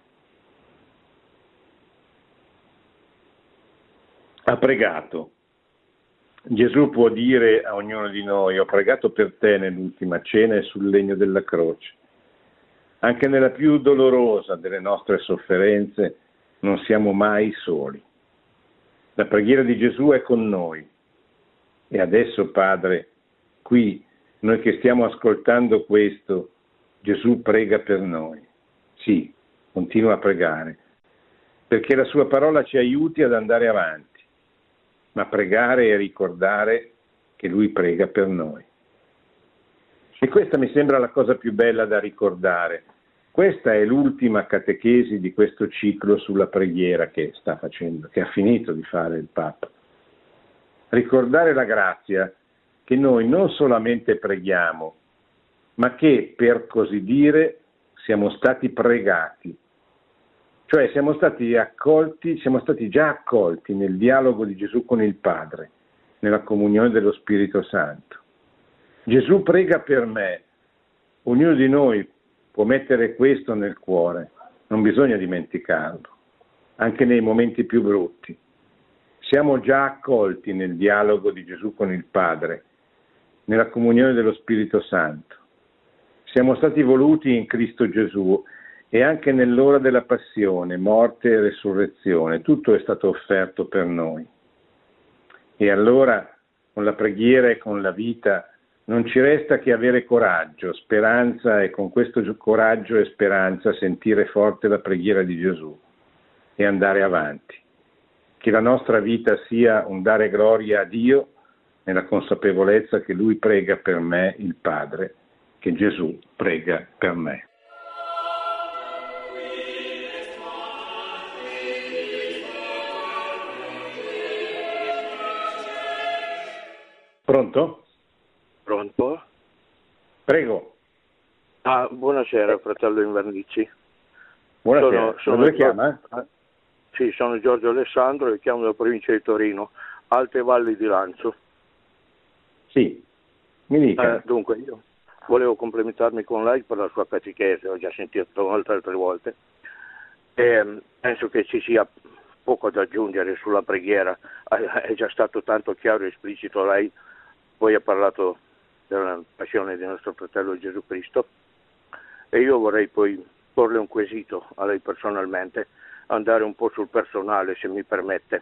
Ha pregato. Gesù può dire a ognuno di noi: ho pregato per te nell'ultima cena e sul legno della croce. Anche nella più dolorosa delle nostre sofferenze non siamo mai soli. La preghiera di Gesù è con noi. E adesso, Padre, qui, noi che stiamo ascoltando questo, Gesù prega per noi. Sì, continua a pregare, perché la sua parola ci aiuti ad andare avanti, ma pregare e ricordare che Lui prega per noi. E questa mi sembra la cosa più bella da ricordare. Questa è l'ultima catechesi di questo ciclo sulla preghiera che sta facendo, che ha finito di fare il Papa. Ricordare la grazia che noi non solamente preghiamo, ma che, per così dire, siamo stati pregati. Cioè siamo stati già accolti nel dialogo di Gesù con il Padre, nella comunione dello Spirito Santo. Gesù prega per me. Ognuno di noi può mettere questo nel cuore, non bisogna dimenticarlo, anche nei momenti più brutti. Siamo già accolti nel dialogo di Gesù con il Padre, nella comunione dello Spirito Santo. Siamo stati voluti in Cristo Gesù e anche nell'ora della passione, morte e resurrezione, tutto è stato offerto per noi. E allora, con la preghiera e con la vita, non ci resta che avere coraggio, speranza, e con questo coraggio e speranza sentire forte la preghiera di Gesù e andare avanti. Che la nostra vita sia un dare gloria a Dio nella consapevolezza che Lui prega per me, il Padre, che Gesù prega per me. Pronto? Pronto? Prego. Buonasera, fratello Invernizzi. Buonasera. Dove chiama? Sì, sono Giorgio Alessandro e chiamo dalla provincia di Torino, Alte Valli di Lanzo. Sì, mi dica. Dunque, io volevo complimentarmi con lei per la sua catechesi, ho già sentito molte altre volte, e penso che ci sia poco da aggiungere sulla preghiera, è già stato tanto chiaro e esplicito lei, poi ha parlato della passione di nostro fratello Gesù Cristo, e io vorrei poi porle un quesito a lei personalmente, andare un po' sul personale, se mi permette.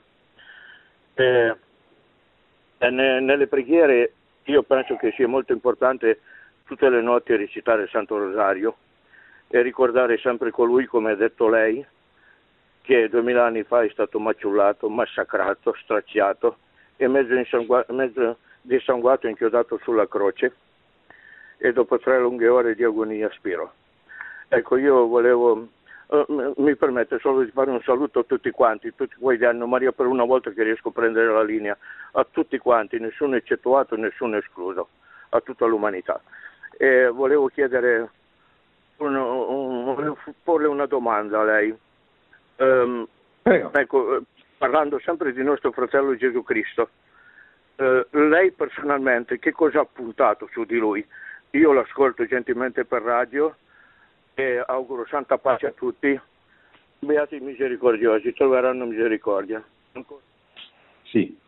Nelle preghiere io penso che sia molto importante tutte le notti recitare il Santo Rosario e ricordare sempre colui, come ha detto lei, che 2000 anni fa è stato maciullato, massacrato, straziato e mezzo dissanguato e inchiodato sulla croce, e dopo 3 lunghe ore di agonia spirò. Ecco, io volevo, mi permette solo di fare un saluto a tutti quanti, tutti quelli di Anno Maria, per una volta che riesco a prendere la linea, a tutti quanti, nessuno eccettuato, nessuno escluso, a tutta l'umanità. E volevo chiedere, volevo porle una domanda a lei. Ecco, parlando sempre di nostro fratello Gesù Cristo, lei personalmente che cosa ha puntato su di lui? Io l'ascolto gentilmente per radio e auguro santa pace a tutti. Beati misericordiosi, troveranno misericordia. Sì.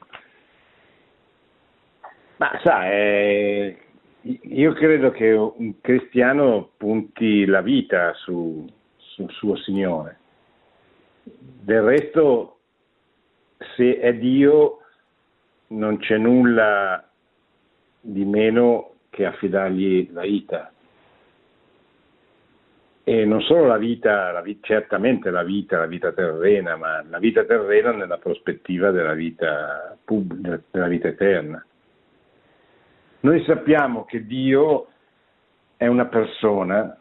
Ma sa, io credo che un cristiano punti la vita sul suo Signore. Del resto, se è Dio, non c'è nulla di meno che affidargli la vita. E non solo certamente la vita terrena, ma la vita terrena nella prospettiva della vita eterna. Noi sappiamo che Dio è una persona,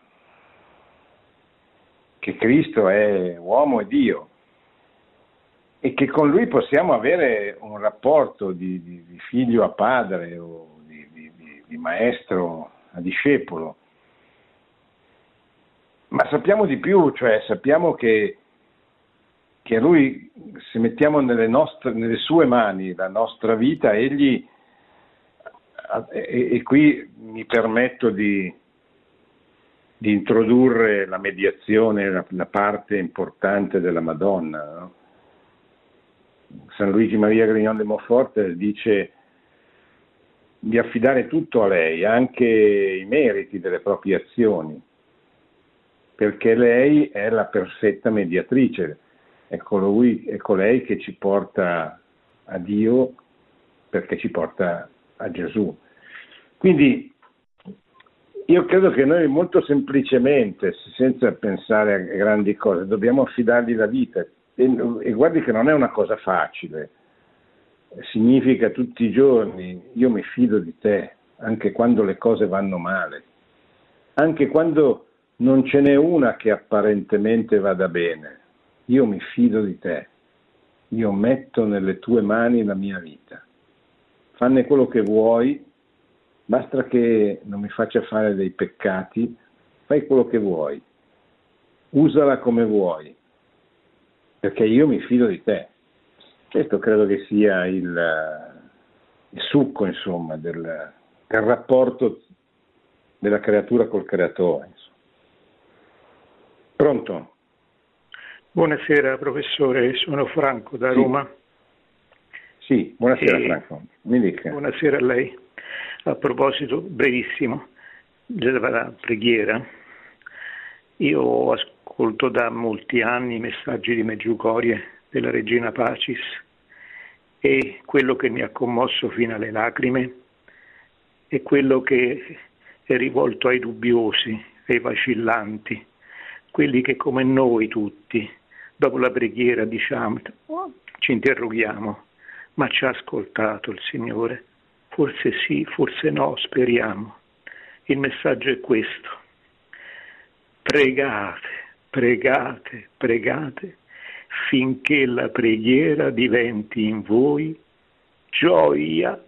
che Cristo è uomo e Dio, e che con Lui possiamo avere un rapporto di figlio a padre o di maestro a discepolo. Ma sappiamo di più, cioè sappiamo che Lui, se mettiamo nelle sue mani la nostra vita, Egli, e qui mi permetto di introdurre la mediazione, la parte importante della Madonna, no? San Luigi Maria Grignon de Montfort dice di affidare tutto a lei, anche i meriti delle proprie azioni, perché lei è la perfetta mediatrice, è colei che ci porta a Dio, perché ci porta a Gesù. Quindi io credo che noi molto semplicemente, senza pensare a grandi cose, dobbiamo affidargli la vita, e guardi che non è una cosa facile, significa tutti i giorni: io mi fido di te, anche quando le cose vanno male, anche quando non ce n'è una che apparentemente vada bene, io mi fido di te, io metto nelle tue mani la mia vita, fanne quello che vuoi, basta che non mi faccia fare dei peccati, fai quello che vuoi, usala come vuoi, perché io mi fido di te. Questo credo che sia il succo, insomma, del rapporto della creatura col creatore. Pronto? Buonasera professore, sono Franco da Roma. Sì, buonasera Franco, mi dica. Buonasera a lei. A proposito, brevissimo, della preghiera, io ascolto da molti anni i messaggi di Medjugorje della Regina Pacis, e quello che mi ha commosso fino alle lacrime è quello che è rivolto ai dubbiosi, ai vacillanti, quelli che come noi tutti, dopo la preghiera diciamo, ci interroghiamo: ma ci ha ascoltato il Signore? Forse sì, forse no, speriamo. Il messaggio è questo: pregate, pregate, pregate, finché la preghiera diventi in voi gioia.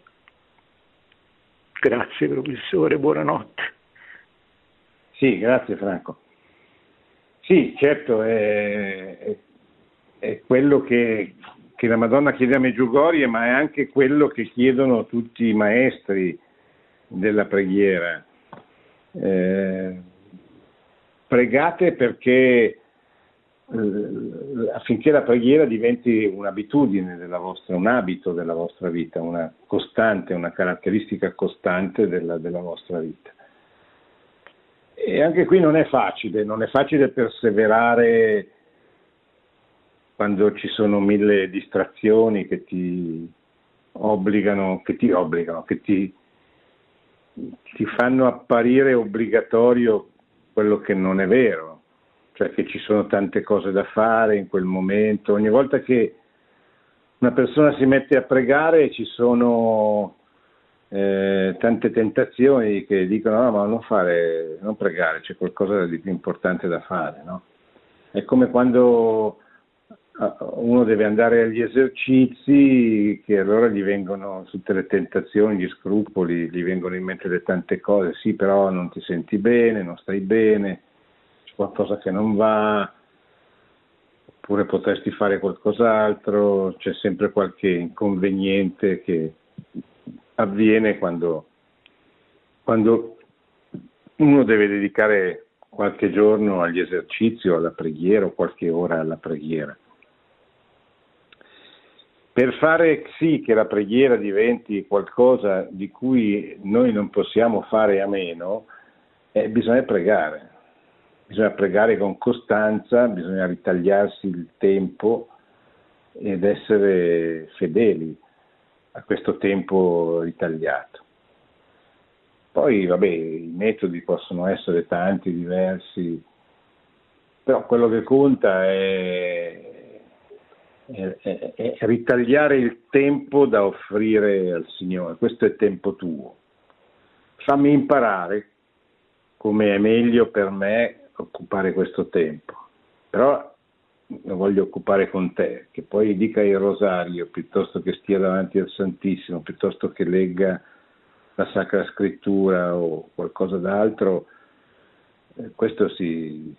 Grazie professore, buonanotte. Sì, grazie Franco. Sì, certo, è quello che la Madonna chiede a Medjugorje, ma è anche quello che chiedono tutti i maestri della preghiera. Pregate perché affinché la preghiera diventi un'abitudine della vostra, un abito della vostra vita, una costante, una caratteristica costante della vostra vita. E anche qui non è facile perseverare quando ci sono mille distrazioni che ti fanno apparire obbligatorio quello che non è vero, cioè che ci sono tante cose da fare in quel momento. Ogni volta che una persona si mette a pregare ci sono tante tentazioni che dicono: no, ma non pregare, c'è qualcosa di più importante da fare, no? È come quando uno deve andare agli esercizi, che allora gli vengono tutte le tentazioni, gli scrupoli, gli vengono in mente le tante cose. Sì, però non ti senti bene, non stai bene, c'è qualcosa che non va, oppure potresti fare qualcos'altro, c'è sempre qualche inconveniente che avviene quando uno deve dedicare qualche giorno agli esercizi o alla preghiera, o qualche ora alla preghiera. Per fare sì che la preghiera diventi qualcosa di cui noi non possiamo fare a meno, bisogna pregare con costanza, bisogna ritagliarsi il tempo ed essere fedeli a questo tempo ritagliato. Poi, vabbè, i metodi possono essere tanti, diversi, Però quello che conta è ritagliare il tempo da offrire al Signore. Questo è tempo tuo. Fammi imparare come è meglio per me occupare questo tempo, però lo voglio occupare con te, che poi dica il rosario piuttosto che stia davanti al Santissimo, piuttosto che legga la Sacra Scrittura o qualcosa d'altro. Questo si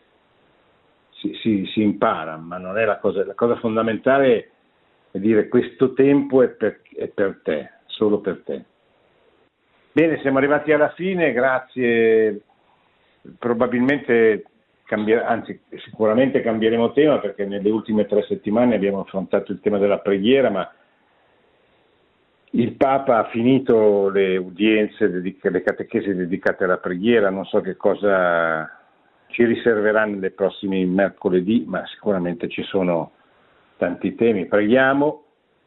impara, ma non è la cosa fondamentale è dire questo tempo è per te, solo per te. Bene, siamo arrivati alla fine, grazie. Probabilmente sicuramente cambieremo tema, perché nelle ultime 3 settimane abbiamo affrontato il tema della preghiera, ma il Papa ha finito le udienze, le catechesi dedicate alla preghiera. Non so che cosa ci riserverà nei prossimi mercoledì, ma sicuramente ci sono tanti temi. Preghiamo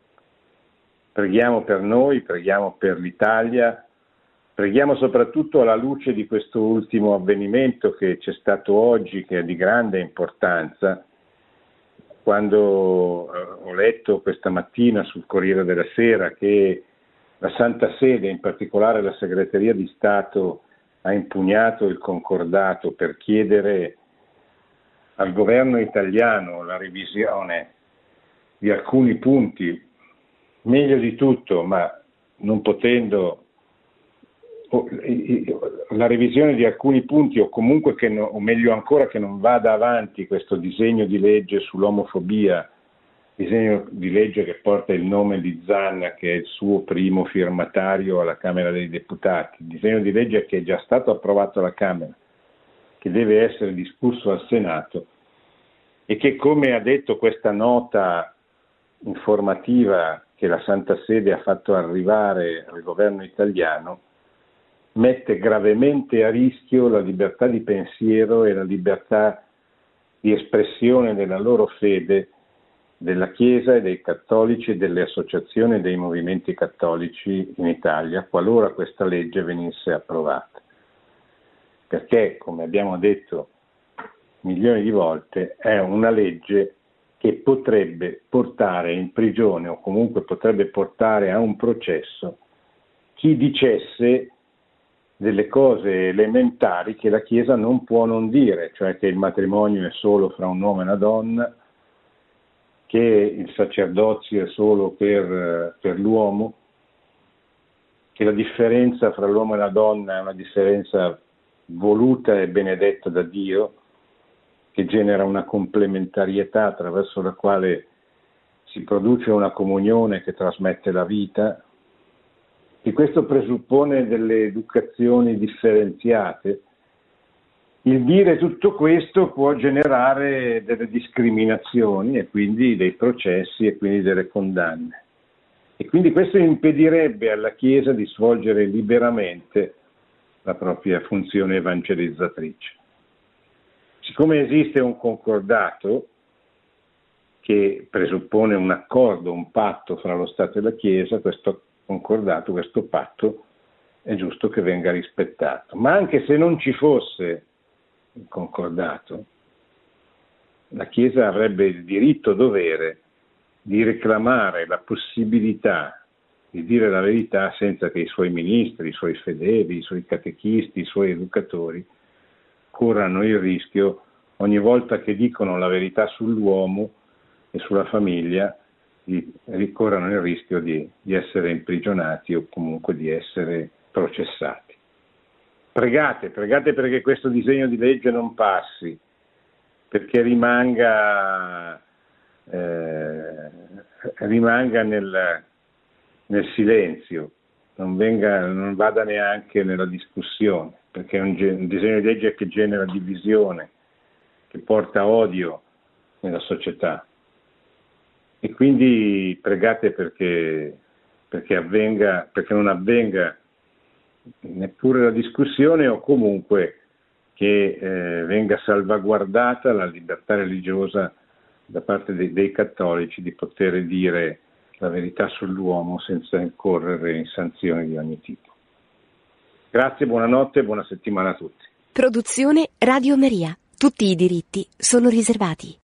per noi, preghiamo per l'Italia, preghiamo soprattutto alla luce di questo ultimo avvenimento che c'è stato oggi, che è di grande importanza. Quando ho letto questa mattina sul Corriere della Sera che la Santa Sede, in particolare la Segreteria di Stato, ha impugnato il concordato per chiedere al governo italiano la revisione di alcuni punti, meglio di tutto, ma non potendo, la revisione di alcuni punti, o comunque o meglio ancora che non vada avanti questo disegno di legge sull'omofobia, disegno di legge che porta il nome di Zan, che è il suo primo firmatario alla Camera dei Deputati, disegno di legge che è già stato approvato alla Camera, che deve essere discusso al Senato e che, come ha detto questa nota informativa che la Santa Sede ha fatto arrivare al governo italiano, mette gravemente a rischio la libertà di pensiero e la libertà di espressione della loro fede della Chiesa e dei cattolici e delle associazioni e dei movimenti cattolici in Italia, qualora questa legge venisse approvata. Perché, come abbiamo detto milioni di volte, è una legge che potrebbe portare in prigione o comunque potrebbe portare a un processo chi dicesse delle cose elementari che la Chiesa non può non dire, cioè che il matrimonio è solo fra un uomo e una donna, che il sacerdozio è solo per l'uomo, che la differenza fra l'uomo e la donna è una differenza voluta e benedetta da Dio, che genera una complementarietà attraverso la quale si produce una comunione che trasmette la vita, e questo presuppone delle educazioni differenziate. Il dire tutto questo può generare delle discriminazioni e quindi dei processi e quindi delle condanne. E quindi questo impedirebbe alla Chiesa di svolgere liberamente la propria funzione evangelizzatrice. Siccome esiste un concordato che presuppone un accordo, un patto fra lo Stato e la Chiesa, questo concordato, questo patto è giusto che venga rispettato. Ma anche se non ci fosse il concordato, la Chiesa avrebbe il diritto-dovere di reclamare la possibilità di dire la verità senza che i suoi ministri, i suoi fedeli, i suoi catechisti, i suoi educatori corrano il rischio, ogni volta che dicono la verità sull'uomo e sulla famiglia, ricorrono il rischio di essere imprigionati o comunque di essere processati. Pregate perché questo disegno di legge non passi, perché rimanga nel silenzio, non vada neanche nella discussione, perché è un disegno di legge che genera divisione, che porta odio nella società. E quindi pregate perché non avvenga neppure la discussione, o comunque che venga salvaguardata la libertà religiosa da parte dei cattolici di poter dire la verità sull'uomo senza incorrere in sanzioni di ogni tipo. Grazie, buonanotte e buona settimana a tutti. Produzione Radio Maria. Tutti i diritti sono riservati.